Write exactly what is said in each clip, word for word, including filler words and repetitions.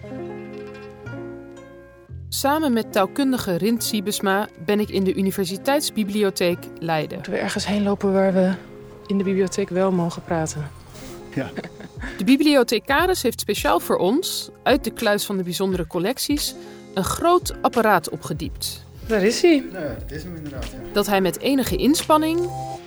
Samen met taalkundige Rint Siebesma ben ik in de Universiteitsbibliotheek Leiden. Moeten we ergens heen lopen waar we in de bibliotheek wel mogen praten? Ja. De bibliothecaris heeft speciaal voor ons, uit de kluis van de bijzondere collecties, een groot apparaat opgediept. Daar is hij. Ja, dat is hem inderdaad. Ja. Dat hij met enige inspanning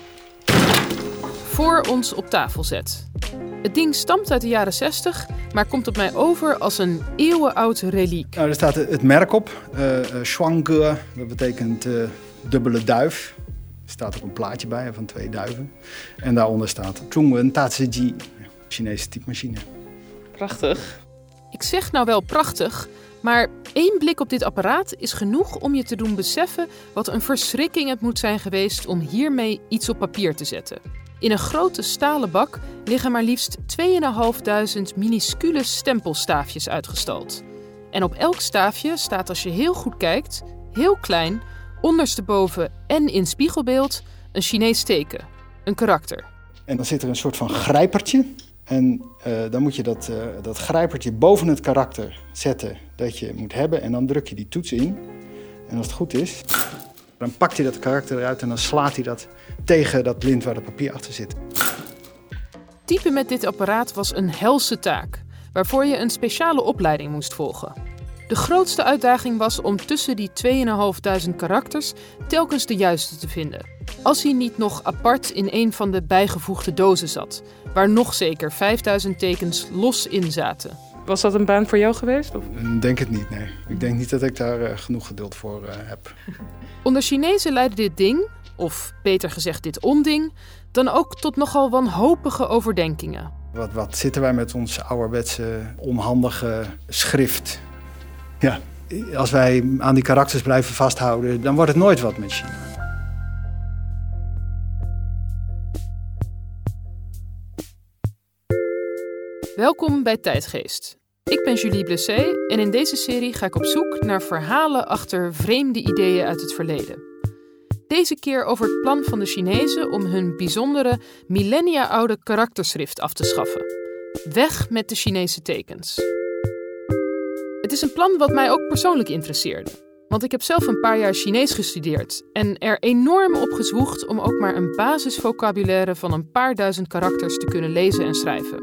voor ons op tafel zet. Het ding stamt uit de jaren zestig, maar komt op mij over als een eeuwenoud reliek. Nou, er staat het merk op, uh, uh, Shuangge, dat betekent uh, dubbele duif. Er staat ook een plaatje bij van twee duiven. En daaronder staat Zhongwen Taziji, Chinese typemachine. Prachtig. Ik zeg nou wel prachtig, maar één blik op dit apparaat is genoeg om je te doen beseffen wat een verschrikking het moet zijn geweest om hiermee iets op papier te zetten. In een grote stalen bak liggen maar liefst tweeduizend vijfhonderd minuscule stempelstaafjes uitgestald. En op elk staafje staat, als je heel goed kijkt, heel klein, ondersteboven en in spiegelbeeld, een Chinees teken, een karakter. En dan zit er een soort van grijpertje. En uh, dan moet je dat, uh, dat grijpertje boven het karakter zetten dat je moet hebben. En dan druk je die toets in. En als het goed is, dan pakt hij dat karakter eruit en dan slaat hij dat tegen dat lint waar het papier achter zit. Typen met dit apparaat was een helse taak, waarvoor je een speciale opleiding moest volgen. De grootste uitdaging was om tussen die tweeduizend vijfhonderd karakters telkens de juiste te vinden. Als hij niet nog apart in een van de bijgevoegde dozen zat, waar nog zeker vijfduizend tekens los in zaten. Was dat een baan voor jou geweest? Of? Ik denk het niet, nee. Ik denk niet dat ik daar uh, genoeg geduld voor uh, heb. Onder Chinezen leidde dit ding, of beter gezegd dit onding, dan ook tot nogal wanhopige overdenkingen. Wat, wat zitten wij met ons ouderwetse, onhandige schrift? Ja, als wij aan die karakters blijven vasthouden, dan wordt het nooit wat met China. Welkom bij Tijdgeest. Ik ben Julie Blessé en in deze serie ga ik op zoek naar verhalen achter vreemde ideeën uit het verleden. Deze keer over het plan van de Chinezen om hun bijzondere, millennia-oude karakterschrift af te schaffen. Weg met de Chinese tekens. Het is een plan wat mij ook persoonlijk interesseerde. Want ik heb zelf een paar jaar Chinees gestudeerd en er enorm op gezwoegd om ook maar een basisvocabulaire van een paar duizend karakters te kunnen lezen en schrijven.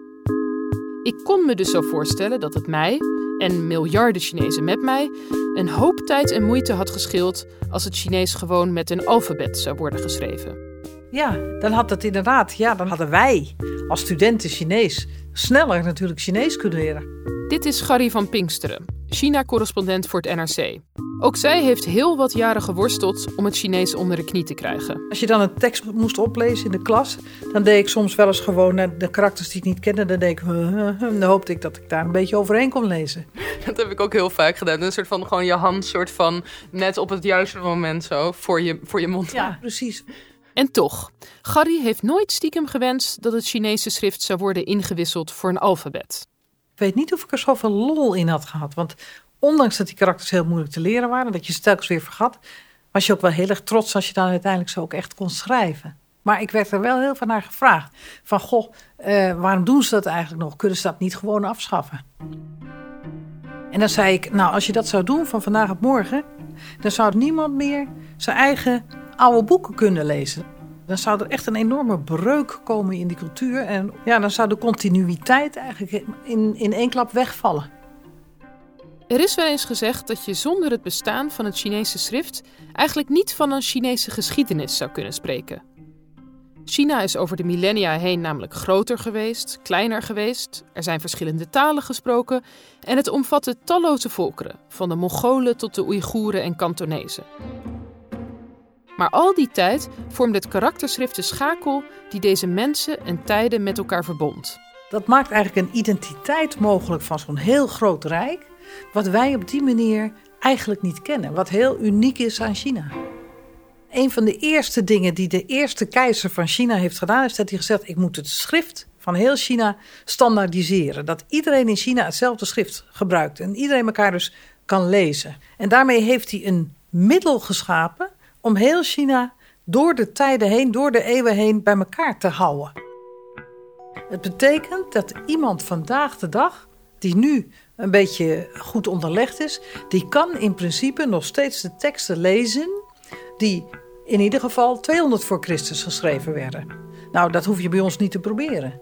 Ik kon me dus zo voorstellen dat het mij, en miljarden Chinezen met mij, een hoop tijd en moeite had gescheeld als het Chinees gewoon met een alfabet zou worden geschreven. Ja, dan had het inderdaad, ja, dan hadden wij als studenten Chinees sneller natuurlijk Chinees kunnen leren. Dit is Garry van Pinksteren, China-correspondent voor het N R C. Ook zij heeft heel wat jaren geworsteld om het Chinees onder de knie te krijgen. Als je dan een tekst moest oplezen in de klas, dan deed ik soms wel eens gewoon de karakters die ik niet kende. Dan deed ik, dan hoopte ik dat ik daar een beetje overheen kon lezen. Dat heb ik ook heel vaak gedaan. Een soort van gewoon je hand soort van net op het juiste moment zo voor je, voor je mond. Ja, precies. En toch, Garry heeft nooit stiekem gewenst dat het Chinese schrift zou worden ingewisseld voor een alfabet. Ik weet niet of ik er zoveel lol in had gehad. Want ondanks dat die karakters heel moeilijk te leren waren, dat je ze telkens weer vergat, was je ook wel heel erg trots als je dan uiteindelijk zo ook echt kon schrijven. Maar ik werd er wel heel veel naar gevraagd. Van, goh, uh, waarom doen ze dat eigenlijk nog? Kunnen ze dat niet gewoon afschaffen? En dan zei ik, nou, als je dat zou doen van vandaag op morgen, dan zou niemand meer zijn eigen oude boeken kunnen lezen. Dan zou er echt een enorme breuk komen in die cultuur. En ja, dan zou de continuïteit eigenlijk in, in één klap wegvallen. Er is wel eens gezegd dat je zonder het bestaan van het Chinese schrift eigenlijk niet van een Chinese geschiedenis zou kunnen spreken. China is over de millennia heen namelijk groter geweest, kleiner geweest. Er zijn verschillende talen gesproken en het omvatte talloze volkeren, van de Mongolen tot de Oeigoeren en Kantonezen. Maar al die tijd vormde het karakterschrift de schakel die deze mensen en tijden met elkaar verbond. Dat maakt eigenlijk een identiteit mogelijk van zo'n heel groot rijk, wat wij op die manier eigenlijk niet kennen, wat heel uniek is aan China. Een van de eerste dingen die de eerste keizer van China heeft gedaan, is dat hij gezegd, ik moet het schrift van heel China standaardiseren. Dat iedereen in China hetzelfde schrift gebruikt en iedereen elkaar dus kan lezen. En daarmee heeft hij een middel geschapen om heel China door de tijden heen, door de eeuwen heen bij elkaar te houden. Het betekent dat iemand vandaag de dag, die nu een beetje goed onderlegd is, die kan in principe nog steeds de teksten lezen die in ieder geval tweehonderd voor Christus geschreven werden. Nou, dat hoef je bij ons niet te proberen.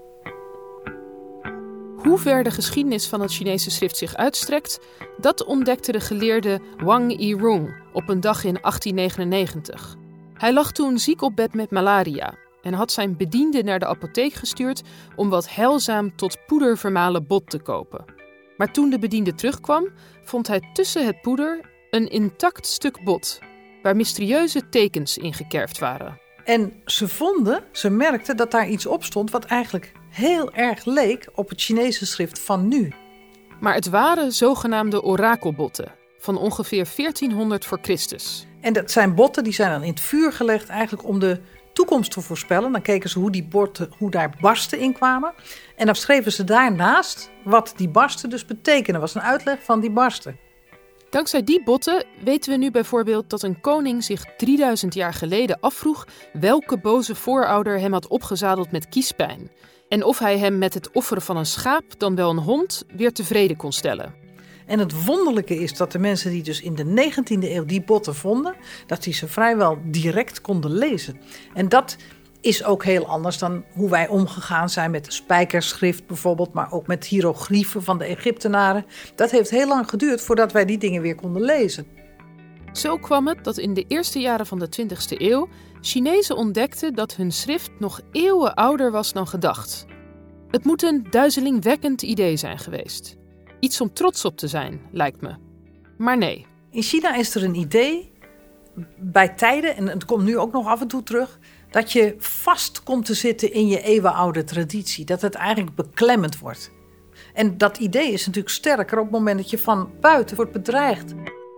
Hoe ver de geschiedenis van het Chinese schrift zich uitstrekt, dat ontdekte de geleerde Wang Yirong op een dag in achttien negenennegentig. Hij lag toen ziek op bed met malaria en had zijn bediende naar de apotheek gestuurd om wat heilzaam tot poeder vermalen bot te kopen. Maar toen de bediende terugkwam, vond hij tussen het poeder een intact stuk bot, waar mysterieuze tekens in gekerfd waren. En ze vonden, ze merkten dat daar iets op stond wat eigenlijk heel erg leek op het Chinese schrift van nu. Maar het waren zogenaamde orakelbotten van ongeveer veertienhonderd voor Christus. En dat zijn botten die zijn dan in het vuur gelegd eigenlijk om de toekomst te voorspellen. Dan keken ze hoe die botten, hoe daar barsten in kwamen. En dan schreven ze daarnaast wat die barsten dus betekenen. Dat was een uitleg van die barsten. Dankzij die botten weten we nu bijvoorbeeld dat een koning zich drieduizend jaar geleden afvroeg welke boze voorouder hem had opgezadeld met kiespijn. En of hij hem met het offeren van een schaap, dan wel een hond, weer tevreden kon stellen. En het wonderlijke is dat de mensen die dus in de negentiende eeuw die botten vonden, dat die ze vrijwel direct konden lezen. En dat is ook heel anders dan hoe wij omgegaan zijn met spijkerschrift bijvoorbeeld, maar ook met hieroglyphen van de Egyptenaren. Dat heeft heel lang geduurd voordat wij die dingen weer konden lezen. Zo kwam het dat in de eerste jaren van de twintigste eeuw Chinezen ontdekten dat hun schrift nog eeuwen ouder was dan gedacht. Het moet een duizelingwekkend idee zijn geweest. Iets om trots op te zijn, lijkt me. Maar nee. In China is er een idee, bij tijden, en het komt nu ook nog af en toe terug, dat je vast komt te zitten in je eeuwenoude traditie. Dat het eigenlijk beklemmend wordt. En dat idee is natuurlijk sterker op het moment dat je van buiten wordt bedreigd.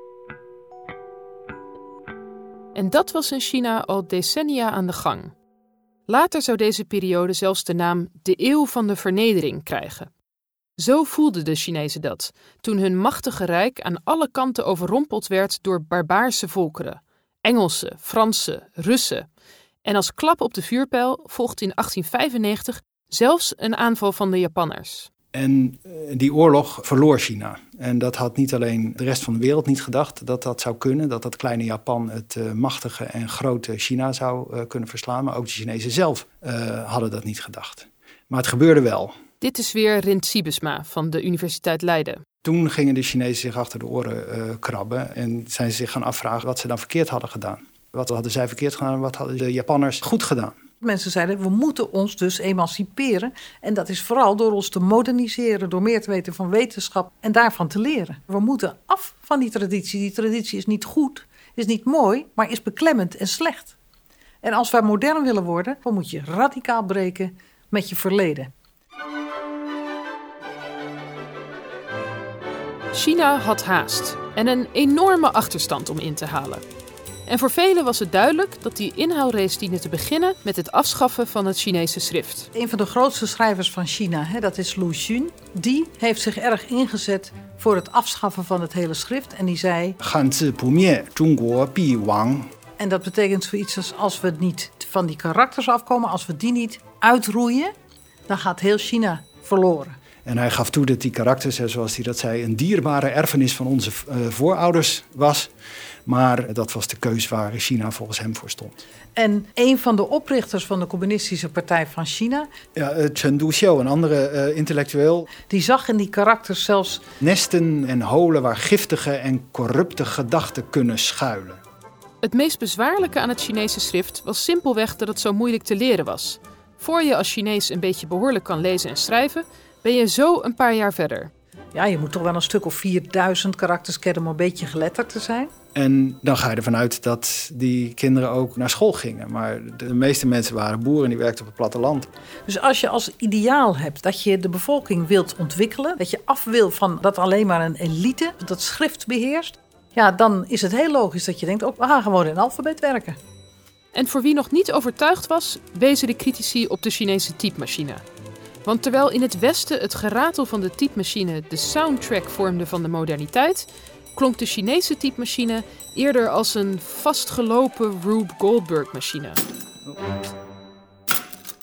En dat was in China al decennia aan de gang. Later zou deze periode zelfs de naam de eeuw van de vernedering krijgen. Zo voelden de Chinezen dat, toen hun machtige rijk aan alle kanten overrompeld werd door barbaarse volkeren. Engelsen, Fransen, Russen. En als klap op de vuurpijl volgde in achttien vijfennegentig zelfs een aanval van de Japanners. En die oorlog verloor China. En dat had niet alleen de rest van de wereld niet gedacht dat dat zou kunnen. Dat dat kleine Japan het uh, machtige en grote China zou uh, kunnen verslaan. Maar ook de Chinezen zelf uh, hadden dat niet gedacht. Maar het gebeurde wel. Dit is weer Rint Siebesma van de Universiteit Leiden. Toen gingen de Chinezen zich achter de oren uh, krabben. En zijn ze zich gaan afvragen wat ze dan verkeerd hadden gedaan. Wat hadden zij verkeerd gedaan en wat hadden de Japanners goed gedaan. Mensen zeiden, we moeten ons dus emanciperen. En dat is vooral door ons te moderniseren, door meer te weten van wetenschap en daarvan te leren. We moeten af van die traditie. Die traditie is niet goed, is niet mooi, maar is beklemmend en slecht. En als wij modern willen worden, dan moet je radicaal breken met je verleden. China had haast en een enorme achterstand om in te halen. En voor velen was het duidelijk dat die inhaalrace diende te beginnen met het afschaffen van het Chinese schrift. Een van de grootste schrijvers van China, hè, dat is Lu Xun, die heeft zich erg ingezet voor het afschaffen van het hele schrift. En die zei, Hanzi bu mie, Zhongguo bi wang. En dat betekent zoiets als, als we niet van die karakters afkomen, als we die niet uitroeien, dan gaat heel China verloren. En hij gaf toe dat die karakters, zoals hij dat zei, een dierbare erfenis van onze uh, voorouders was. Maar dat was de keus waar China volgens hem voor stond. En een van de oprichters van de Communistische Partij van China, ja, uh, Chen Duxiu, een andere uh, intellectueel, die zag in die karakters zelfs nesten en holen waar giftige en corrupte gedachten kunnen schuilen. Het meest bezwaarlijke aan het Chinese schrift was simpelweg dat het zo moeilijk te leren was. Voor je als Chinees een beetje behoorlijk kan lezen en schrijven, ben je zo een paar jaar verder. Ja, je moet toch wel een stuk of vierduizend karakters kennen om een beetje geletterd te zijn. En dan ga je ervan uit dat die kinderen ook naar school gingen. Maar de meeste mensen waren boeren, die werkten op het platteland. Dus als je als ideaal hebt dat je de bevolking wilt ontwikkelen, dat je af wil van dat alleen maar een elite dat schrift beheerst, ja, dan is het heel logisch dat je denkt, oh, we gaan gewoon in alfabet werken. En voor wie nog niet overtuigd was, wezen de critici op de Chinese typemachine. Want terwijl in het Westen het geratel van de typemachine de soundtrack vormde van de moderniteit, klonk de Chinese typemachine eerder als een vastgelopen Rube Goldberg-machine.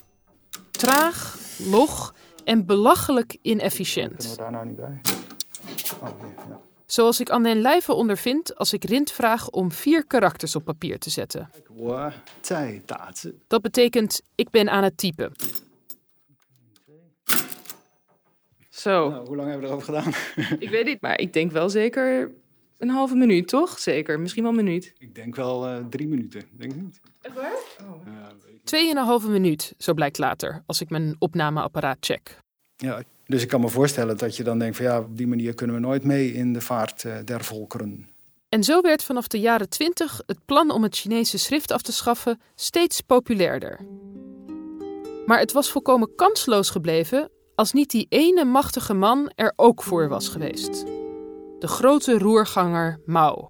Traag, log en belachelijk inefficiënt. Kunnen we daar nou niet bij? Oh, ja. Zoals ik aan den lijve ondervind als ik Rind vraag om vier karakters op papier te zetten. Dat betekent, ik ben aan het typen. Zo. Nou, hoe lang hebben we erover gedaan? Ik weet niet, maar ik denk wel zeker een halve minuut, toch? Zeker, misschien wel een minuut. Ik denk wel uh, drie minuten, denk ik niet. Echt waar? Oh. Ja, Tweeënhalve minuut, zo blijkt later, als ik mijn opnameapparaat check. Ja, dus ik kan me voorstellen dat je dan denkt van ja, op die manier kunnen we nooit mee in de vaart uh, der volkeren. En zo werd vanaf de jaren twintig het plan om het Chinese schrift af te schaffen steeds populairder. Maar het was volkomen kansloos gebleven als niet die ene machtige man er ook voor was geweest. De grote roerganger Mao.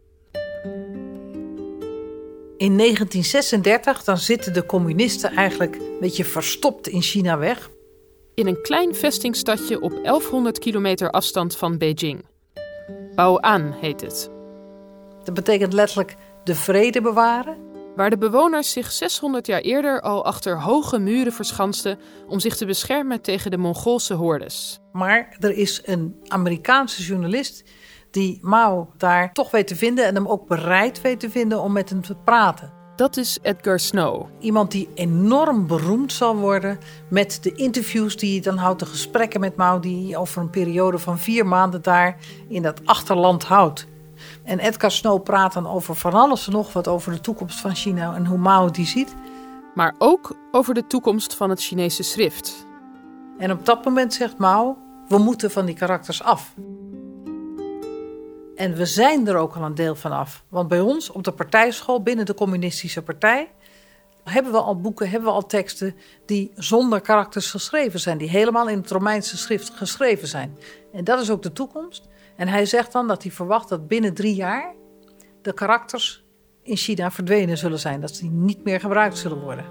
In negentien zesendertig dan zitten de communisten eigenlijk een beetje verstopt in China weg. In een klein vestingstadje op elfhonderd kilometer afstand van Beijing. Bao'an heet het. Dat betekent letterlijk de vrede bewaren. Waar de bewoners zich zeshonderd jaar eerder al achter hoge muren verschansten om zich te beschermen tegen de Mongoolse hordes. Maar er is een Amerikaanse journalist die Mao daar toch weet te vinden en hem ook bereid weet te vinden om met hem te praten. Dat is Edgar Snow. Iemand die enorm beroemd zal worden met de interviews die hij dan houdt, de gesprekken met Mao die hij over een periode van vier maanden daar in dat achterland houdt. En Edgar Snow praat dan over van alles en nog wat over de toekomst van China en hoe Mao die ziet. Maar ook over de toekomst van het Chinese schrift. En op dat moment zegt Mao, we moeten van die karakters af. En we zijn er ook al een deel van af. Want bij ons op de partijschool binnen de communistische partij hebben we al boeken, hebben we al teksten die zonder karakters geschreven zijn. Die helemaal in het Romeinse schrift geschreven zijn. En dat is ook de toekomst. En hij zegt dan dat hij verwacht dat binnen drie jaar de karakters in China verdwenen zullen zijn. Dat die niet meer gebruikt zullen worden.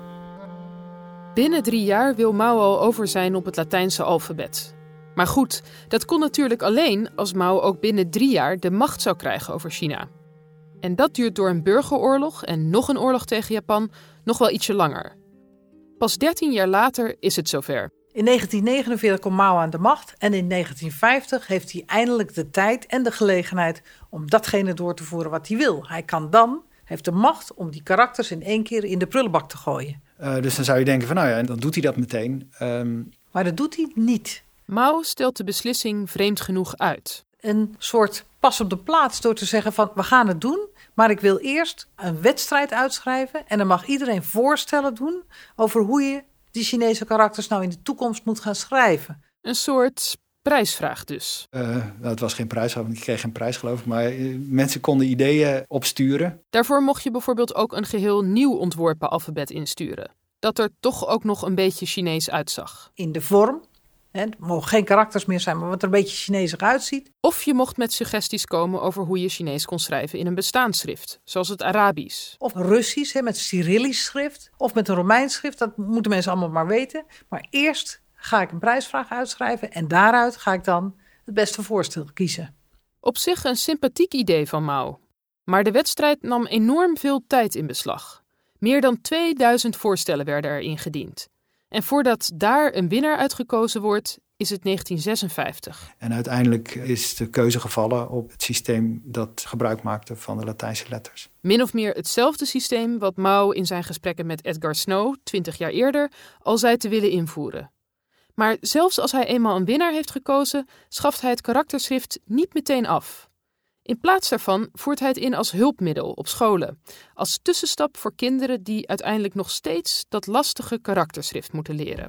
Binnen drie jaar wil Mao al over zijn op het Latijnse alfabet. Maar goed, dat kon natuurlijk alleen als Mao ook binnen drie jaar de macht zou krijgen over China. En dat duurt door een burgeroorlog en nog een oorlog tegen Japan nog wel ietsje langer. Pas dertien jaar later is het zover. In negentien negenenveertig komt Mao aan de macht en in negentien vijftig heeft hij eindelijk de tijd en de gelegenheid om datgene door te voeren wat hij wil. Hij kan dan, heeft de macht om die karakters in één keer in de prullenbak te gooien. Uh, dus dan zou je denken van nou ja, en dan doet hij dat meteen. Um... Maar dat doet hij niet. Mao stelt de beslissing vreemd genoeg uit. Een soort pas op de plaats door te zeggen van we gaan het doen, maar ik wil eerst een wedstrijd uitschrijven en dan mag iedereen voorstellen doen over hoe je die Chinese karakters nou in de toekomst moet gaan schrijven. Een soort prijsvraag dus. Uh, nou, het was geen prijsvraag, want ik kreeg geen prijs geloof ik, maar uh, mensen konden ideeën opsturen. Daarvoor mocht je bijvoorbeeld ook een geheel nieuw ontworpen alfabet insturen. Dat er toch ook nog een beetje Chinees uitzag. In de vorm. Het mogen geen karakters meer zijn, maar wat er een beetje Chinees uitziet. Of je mocht met suggesties komen over hoe je Chinees kon schrijven in een bestaansschrift, zoals het Arabisch. Of Russisch, met Cyrillisch schrift, of met een Romeins schrift, dat moeten mensen allemaal maar weten. Maar eerst ga ik een prijsvraag uitschrijven en daaruit ga ik dan het beste voorstel kiezen. Op zich een sympathiek idee van Mao. Maar de wedstrijd nam enorm veel tijd in beslag. Meer dan tweeduizend voorstellen werden er ingediend. En voordat daar een winnaar uitgekozen wordt, is het negentien zesenvijftig. En uiteindelijk is de keuze gevallen op het systeem dat gebruik maakte van de Latijnse letters. Min of meer hetzelfde systeem wat Mao in zijn gesprekken met Edgar Snow, twintig jaar eerder, al zei te willen invoeren. Maar zelfs als hij eenmaal een winnaar heeft gekozen, schaft hij het karakterschrift niet meteen af. In plaats daarvan voert hij het in als hulpmiddel op scholen. Als tussenstap voor kinderen die uiteindelijk nog steeds dat lastige karakterschrift moeten leren.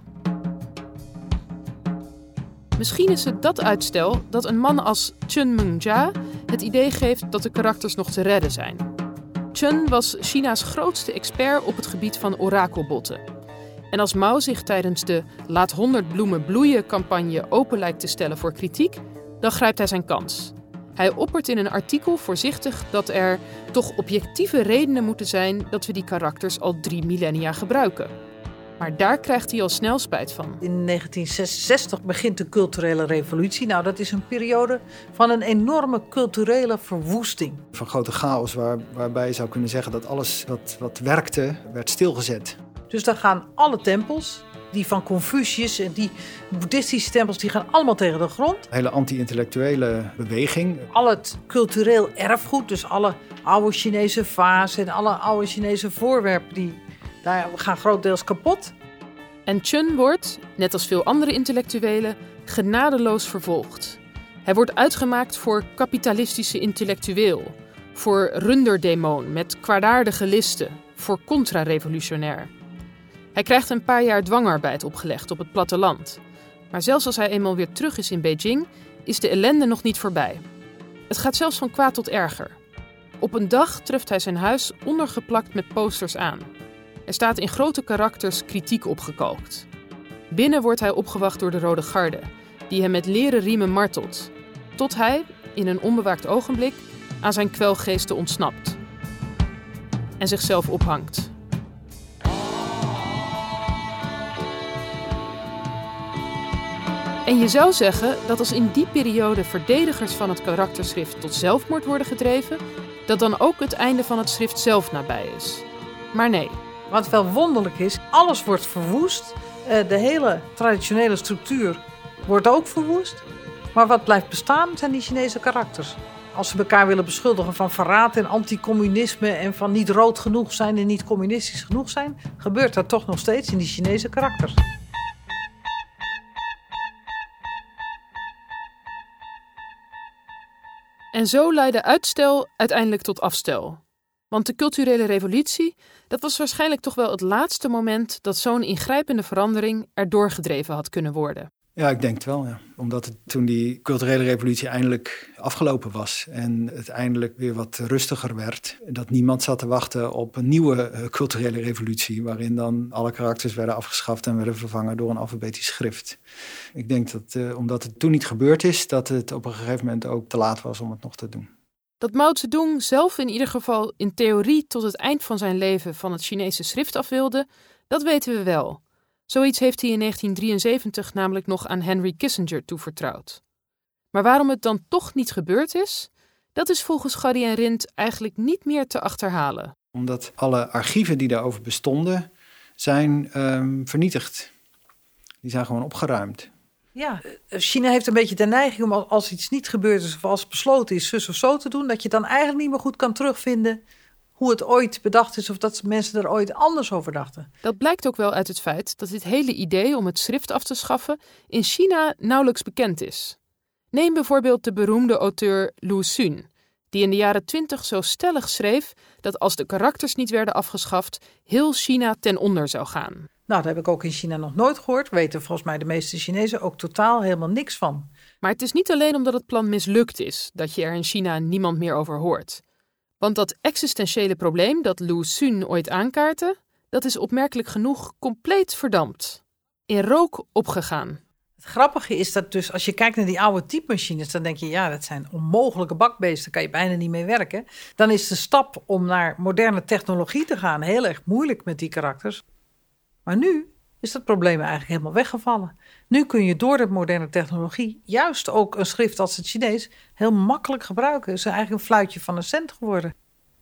Misschien is het dat uitstel dat een man als Chen Mengjia het idee geeft dat de karakters nog te redden zijn. Chen was China's grootste expert op het gebied van orakelbotten. En als Mao zich tijdens de Laat honderd bloemen bloeien campagne open lijkt te stellen voor kritiek, dan grijpt hij zijn kans. Hij oppert in een artikel voorzichtig dat er toch objectieve redenen moeten zijn dat we die karakters al drie millennia gebruiken. Maar daar krijgt hij al snel spijt van. In negentien zesenzestig begint de culturele revolutie. Nou, dat is een periode van een enorme culturele verwoesting. Van grote chaos waar, waarbij je zou kunnen zeggen dat alles wat, wat werkte werd stilgezet. Dus dan gaan alle tempels die van Confucius en die boeddhistische tempels, die gaan allemaal tegen de grond. Een hele anti-intellectuele beweging. Al het cultureel erfgoed, dus alle oude Chinese vazen en alle oude Chinese voorwerpen, die daar gaan grotendeels kapot. En Chun wordt, net als veel andere intellectuelen, genadeloos vervolgd. Hij wordt uitgemaakt voor kapitalistische intellectueel, voor runderdemon met kwaadaardige listen, voor contra-revolutionair. Hij krijgt een paar jaar dwangarbeid opgelegd op het platteland. Maar zelfs als hij eenmaal weer terug is in Beijing, is de ellende nog niet voorbij. Het gaat zelfs van kwaad tot erger. Op een dag treft hij zijn huis ondergeplakt met posters aan. Er staat in grote karakters kritiek opgekalkt. Binnen wordt hij opgewacht door de Rode Garde, die hem met leren riemen martelt, tot hij, in een onbewaakt ogenblik, aan zijn kwelgeesten ontsnapt en zichzelf ophangt. En je zou zeggen dat als in die periode verdedigers van het karakterschrift tot zelfmoord worden gedreven, dat dan ook het einde van het schrift zelf nabij is. Maar nee. Wat wel wonderlijk is, alles wordt verwoest. De hele traditionele structuur wordt ook verwoest. Maar wat blijft bestaan zijn die Chinese karakters. Als ze elkaar willen beschuldigen van verraad en anticommunisme en van niet rood genoeg zijn en niet communistisch genoeg zijn, gebeurt dat toch nog steeds in die Chinese karakters. En zo leidde uitstel uiteindelijk tot afstel. Want de culturele revolutie, dat was waarschijnlijk toch wel het laatste moment dat zo'n ingrijpende verandering erdoor gedreven had kunnen worden. Ja, ik denk het wel, ja. Omdat het toen die culturele revolutie eindelijk afgelopen was en het eindelijk weer wat rustiger werd, dat niemand zat te wachten op een nieuwe uh, culturele revolutie, waarin dan alle karakters werden afgeschaft en werden vervangen door een alfabetisch schrift. Ik denk dat, uh, omdat het toen niet gebeurd is, dat het op een gegeven moment ook te laat was om het nog te doen. Dat Mao Zedong zelf in ieder geval in theorie tot het eind van zijn leven van het Chinese schrift af wilde, dat weten we wel. Zoiets heeft hij in negentien drieënzeventig namelijk nog aan Henry Kissinger toevertrouwd. Maar waarom het dan toch niet gebeurd is, dat is volgens Gary en Rindt eigenlijk niet meer te achterhalen. Omdat alle archieven die daarover bestonden, zijn um, vernietigd. Die zijn gewoon opgeruimd. Ja, China heeft een beetje de neiging om als iets niet gebeurd is of als het besloten is zus of zo te doen, dat je dan eigenlijk niet meer goed kan terugvinden hoe het ooit bedacht is of dat mensen er ooit anders over dachten. Dat blijkt ook wel uit het feit dat dit hele idee om het schrift af te schaffen in China nauwelijks bekend is. Neem bijvoorbeeld de beroemde auteur Lu Xun, die in de jaren twintig zo stellig schreef dat als de karakters niet werden afgeschaft, heel China ten onder zou gaan. Nou, dat heb ik ook in China nog nooit gehoord. Weten volgens mij de meeste Chinezen ook totaal helemaal niks van. Maar het is niet alleen omdat het plan mislukt is dat je er in China niemand meer over hoort. Want dat existentiële probleem dat Lu Xun ooit aankaartte, dat is opmerkelijk genoeg compleet verdampt. In rook opgegaan. Het grappige is dat dus als je kijkt naar die oude typemachines, dan denk je, ja, dat zijn onmogelijke bakbeesten, daar kan je bijna niet mee werken. Dan is de stap om naar moderne technologie te gaan heel erg moeilijk met die karakters. Maar nu is dat probleem eigenlijk helemaal weggevallen. Nu kun je door de moderne technologie juist ook een schrift als het Chinees heel makkelijk gebruiken. Het is eigenlijk een fluitje van een cent geworden.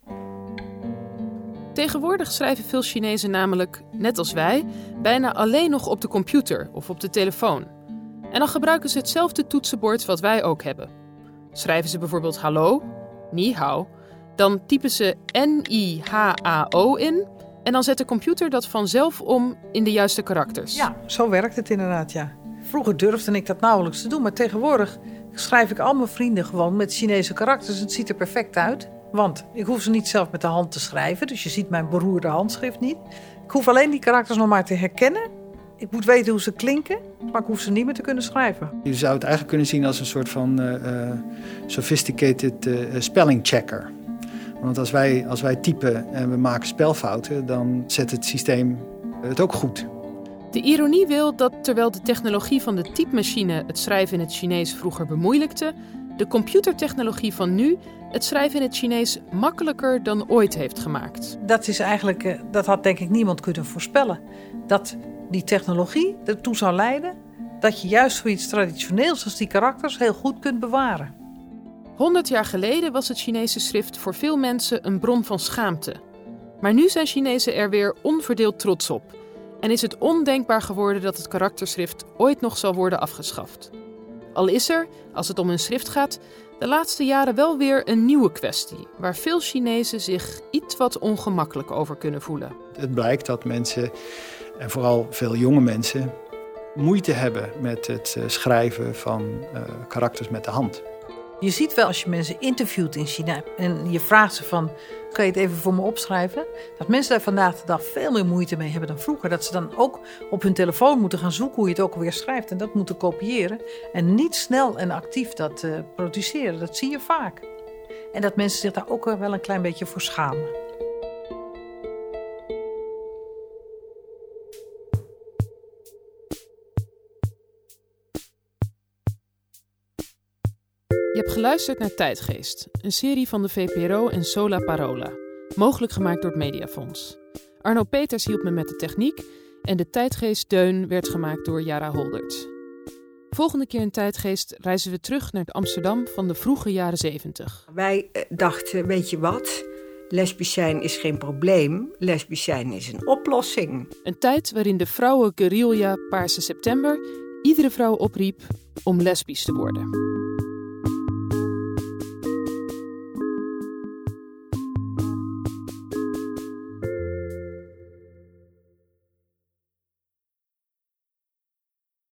Tegenwoordig schrijven veel Chinezen namelijk, net als wij, bijna alleen nog op de computer of op de telefoon. En dan gebruiken ze hetzelfde toetsenbord wat wij ook hebben. Schrijven ze bijvoorbeeld hallo, ni hao, dan typen ze N I H A O in en dan zet de computer dat vanzelf om in de juiste karakters. Ja, zo werkt het inderdaad, ja. Vroeger durfde ik dat nauwelijks te doen, maar tegenwoordig schrijf ik al mijn vrienden gewoon met Chinese karakters. Het ziet er perfect uit, want ik hoef ze niet zelf met de hand te schrijven, dus je ziet mijn beroerde handschrift niet. Ik hoef alleen die karakters nog maar te herkennen. Ik moet weten hoe ze klinken, maar ik hoef ze niet meer te kunnen schrijven. Je zou het eigenlijk kunnen zien als een soort van uh, uh, sophisticated uh, spelling checker. Want als wij, als wij typen en we maken spelfouten, dan zet het systeem het ook goed. De ironie wil dat terwijl de technologie van de typemachine het schrijven in het Chinees vroeger bemoeilijkte, de computertechnologie van nu het schrijven in het Chinees makkelijker dan ooit heeft gemaakt. Dat is eigenlijk, dat had denk ik niemand kunnen voorspellen. Dat die technologie ertoe zou leiden dat je juist zoiets traditioneels als die karakters heel goed kunt bewaren. Honderd jaar geleden was het Chinese schrift voor veel mensen een bron van schaamte. Maar nu zijn Chinezen er weer onverdeeld trots op. En is het ondenkbaar geworden dat het karakterschrift ooit nog zal worden afgeschaft. Al is er, als het om een schrift gaat, de laatste jaren wel weer een nieuwe kwestie, waar veel Chinezen zich iets wat ongemakkelijk over kunnen voelen. Het blijkt dat mensen, en vooral veel jonge mensen, moeite hebben met het schrijven van uh, karakters met de hand. Je ziet wel als je mensen interviewt in China en je vraagt ze van, kan je het even voor me opschrijven? Dat mensen daar vandaag de dag veel meer moeite mee hebben dan vroeger. Dat ze dan ook op hun telefoon moeten gaan zoeken hoe je het ook alweer schrijft. En dat moeten kopiëren. En niet snel en actief dat uh, produceren. Dat zie je vaak. En dat mensen zich daar ook wel een klein beetje voor schamen. Je hebt geluisterd naar Tijdgeest, een serie van de V P R O en Sola Parola, mogelijk gemaakt door het Mediafonds. Arno Peters hielp me met de techniek en de Tijdgeest-deun werd gemaakt door Jara Holdert. Volgende keer in Tijdgeest reizen we terug naar het Amsterdam van de vroege jaren zeventig. Wij dachten, weet je wat, lesbisch zijn is geen probleem, lesbisch zijn is een oplossing. Een tijd waarin de vrouwenguerrilla Paarse September iedere vrouw opriep om lesbisch te worden.